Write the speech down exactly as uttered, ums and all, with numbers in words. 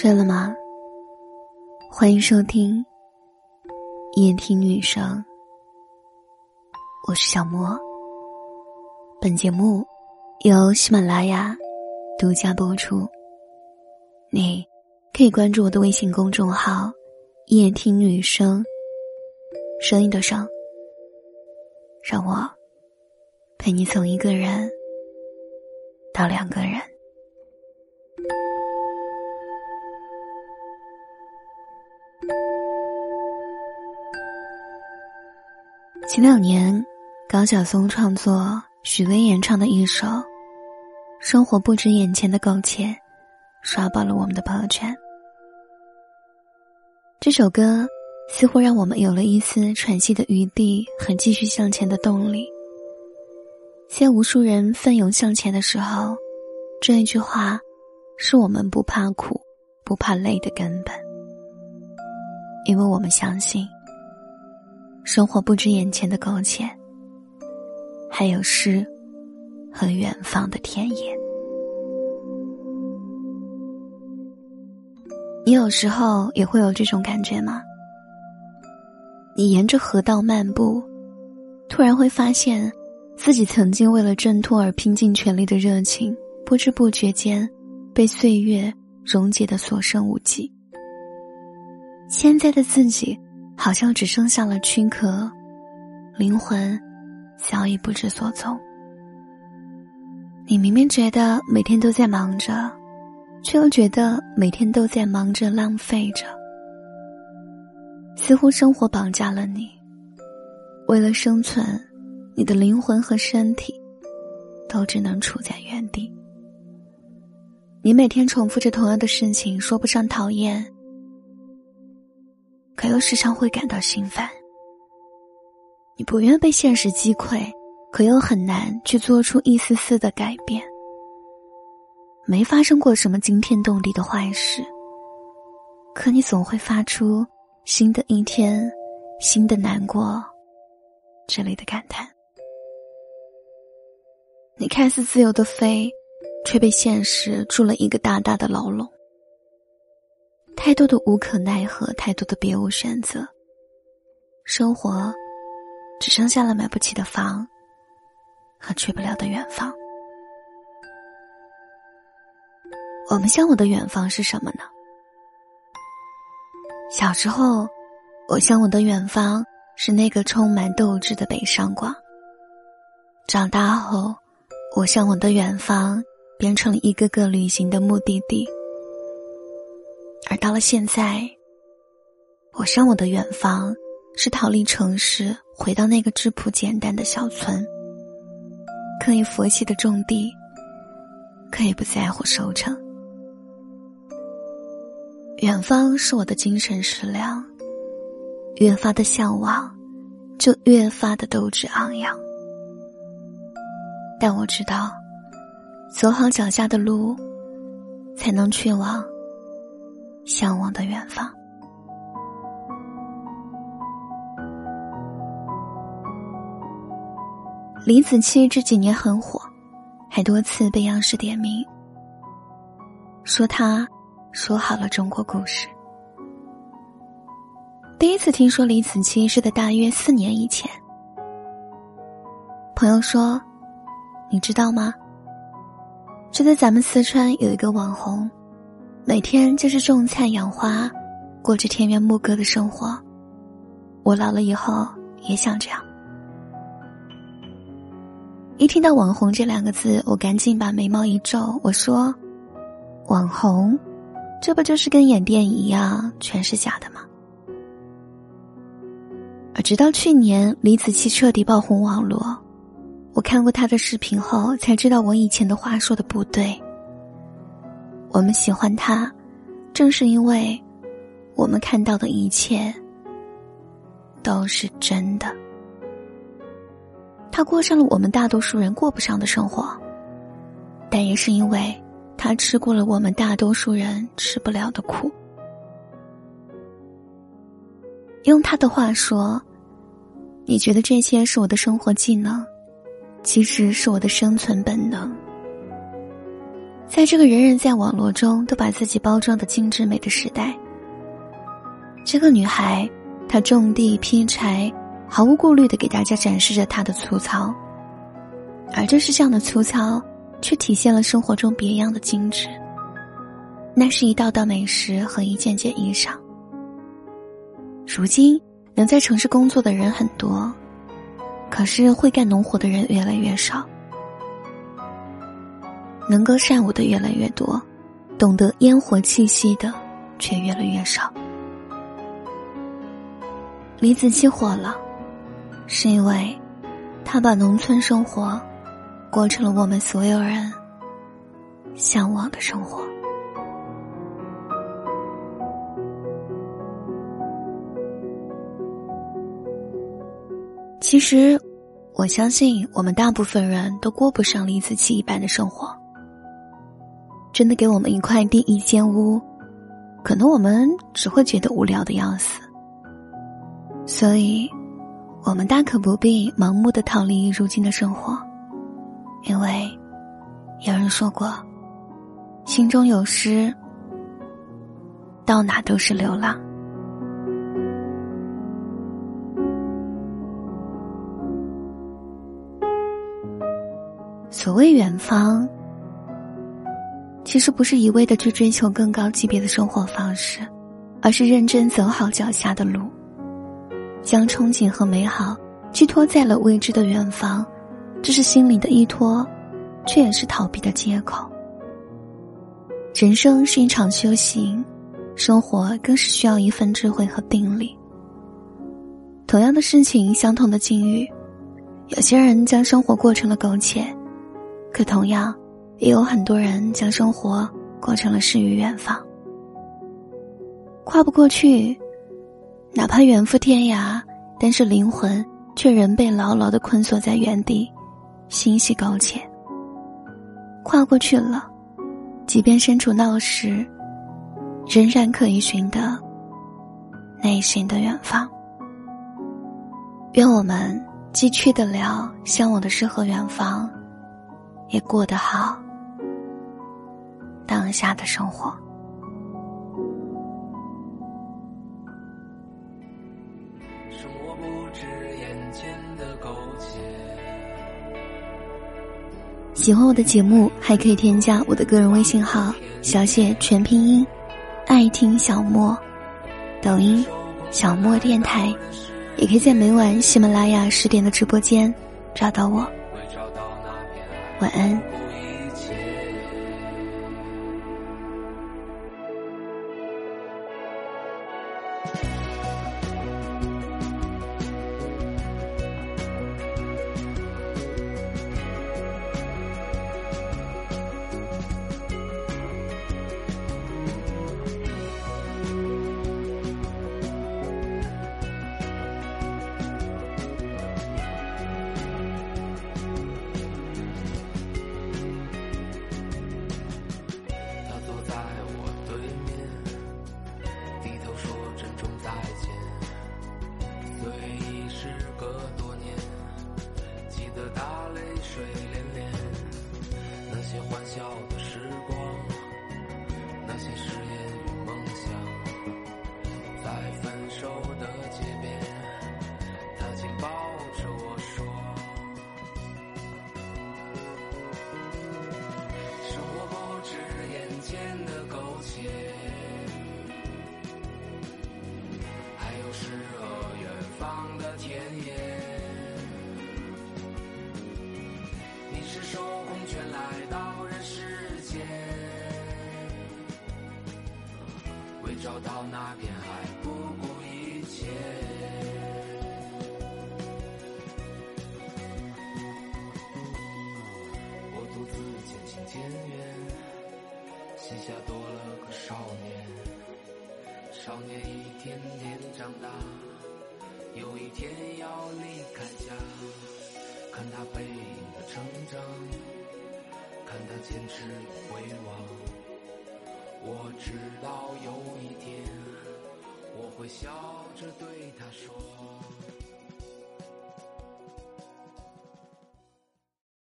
睡了吗？欢迎收听夜听女生，我是小莫。本节目由喜马拉雅独家播出，你可以关注我的微信公众号夜听女生，声音的声，让我陪你从一个人到两个人。前两年，高晓松创作，许巍演唱的一首《生活不止眼前的苟且》刷爆了我们的朋友圈。这首歌似乎让我们有了一丝喘息的余地和继续向前的动力。在无数人奋勇向前的时候，这一句话是我们不怕苦不怕累的根本。因为我们相信生活不止眼前的苟且，还有诗和远方的田野。你有时候也会有这种感觉吗？你沿着河道漫步，突然会发现自己曾经为了挣脱而拼尽全力的热情，不知不觉间被岁月溶解得所剩无几。现在的自己好像只剩下了躯壳，灵魂早已不知所踪。你明明觉得每天都在忙着，却又觉得每天都在忙着浪费着。似乎生活绑架了你，为了生存，你的灵魂和身体都只能处在原地。你每天重复着同样的事情，说不上讨厌，可又时常会感到心烦。你不愿被现实击溃，可又很难去做出一丝丝的改变。没发生过什么惊天动地的坏事，可你总会发出新的一天，新的难过之类的感叹。你看似自由的飞，却被现实筑了一个大大的牢笼。太多的无可奈何，太多的别无选择，生活只剩下了买不起的房和去不了的远方。我们向往的远方是什么呢？小时候，我向往的远方是那个充满斗志的北上广。长大后，我向往的远方变成了一个个旅行的目的地。而到了现在，我向往的远方是逃离城市，回到那个质朴简单的小村，可以佛系的种地，可以不在乎收成。远方是我的精神食粮，越发的向往，就越发的斗志昂扬。但我知道，走好脚下的路，才能去往向往的远方。李子柒这几年很火，还多次被央视点名，说他说好了中国故事。第一次听说李子柒是在大约四年以前。朋友说，你知道吗？这在咱们四川有一个网红，每天就是种菜养花，过着田园牧歌的生活。我老了以后也想这样。一听到网红这两个字，我赶紧把眉毛一皱，我说，网红，这不就是跟演电影一样，全是假的吗？而直到去年李子柒彻底爆红网络，我看过他的视频后，才知道我以前的话说的不对。我们喜欢他，正是因为我们看到的一切都是真的。他过上了我们大多数人过不上的生活，但也是因为他吃过了我们大多数人吃不了的苦。用他的话说，你觉得这些是我的生活技能，其实是我的生存本能。在在这个人人在网络中都把自己包装的精致美的时代，这个女孩她种地劈柴，毫无顾虑地给大家展示着她的粗糙，而这世上的粗糙却体现了生活中别样的精致，那是一道道美食和一件件衣裳。如今能在城市工作的人很多，可是会干农活的人越来越少，能歌善舞的越来越多，懂得烟火气息的却越来越少。李子柒火了，是因为他把农村生活过成了我们所有人向往的生活。其实我相信我们大部分人都过不上李子柒一般的生活，真的给我们一块地一间屋，可能我们只会觉得无聊的要死。所以我们大可不必盲目的逃离如今的生活，因为有人说过，心中有诗，到哪都是流浪。所谓远方，其实不是一味的去追求更高级别的生活方式，而是认真走好脚下的路，将憧憬和美好寄托在了未知的远方，这是心里的依托，却也是逃避的借口。人生是一场修行，生活更是需要一份智慧和定力。同样的事情，相同的境遇，有些人将生活过成了苟且，可同样也有很多人将生活过成了诗与远方。跨不过去，哪怕远赴天涯，但是灵魂却仍被牢牢地困锁在原地，心系苟且。跨过去了，即便身处闹市，仍然可以寻得内心的远方。愿我们既去得了向往的诗和远方，也过得好当下的生活。 生活不止眼前的苟且。 喜欢我的节目，还可以添加我的个人微信号小写全拼音爱听小莫，抖音小莫电台，也可以在每晚喜马拉雅十点的直播间找到我。晚安。 些欢笑的时光，那些誓言与梦想，在分手的街边，他紧抱着我说，生活不止眼前的苟且，还有诗和远方的田野。你是受空圈来到人世间，为找到那片海不顾一切。我独自渐行渐远，膝下多了个少年。少年一天天长大，有一天要离开家，看他背影的成长，看他坚持回望。我知道有一天，我会笑着对他说。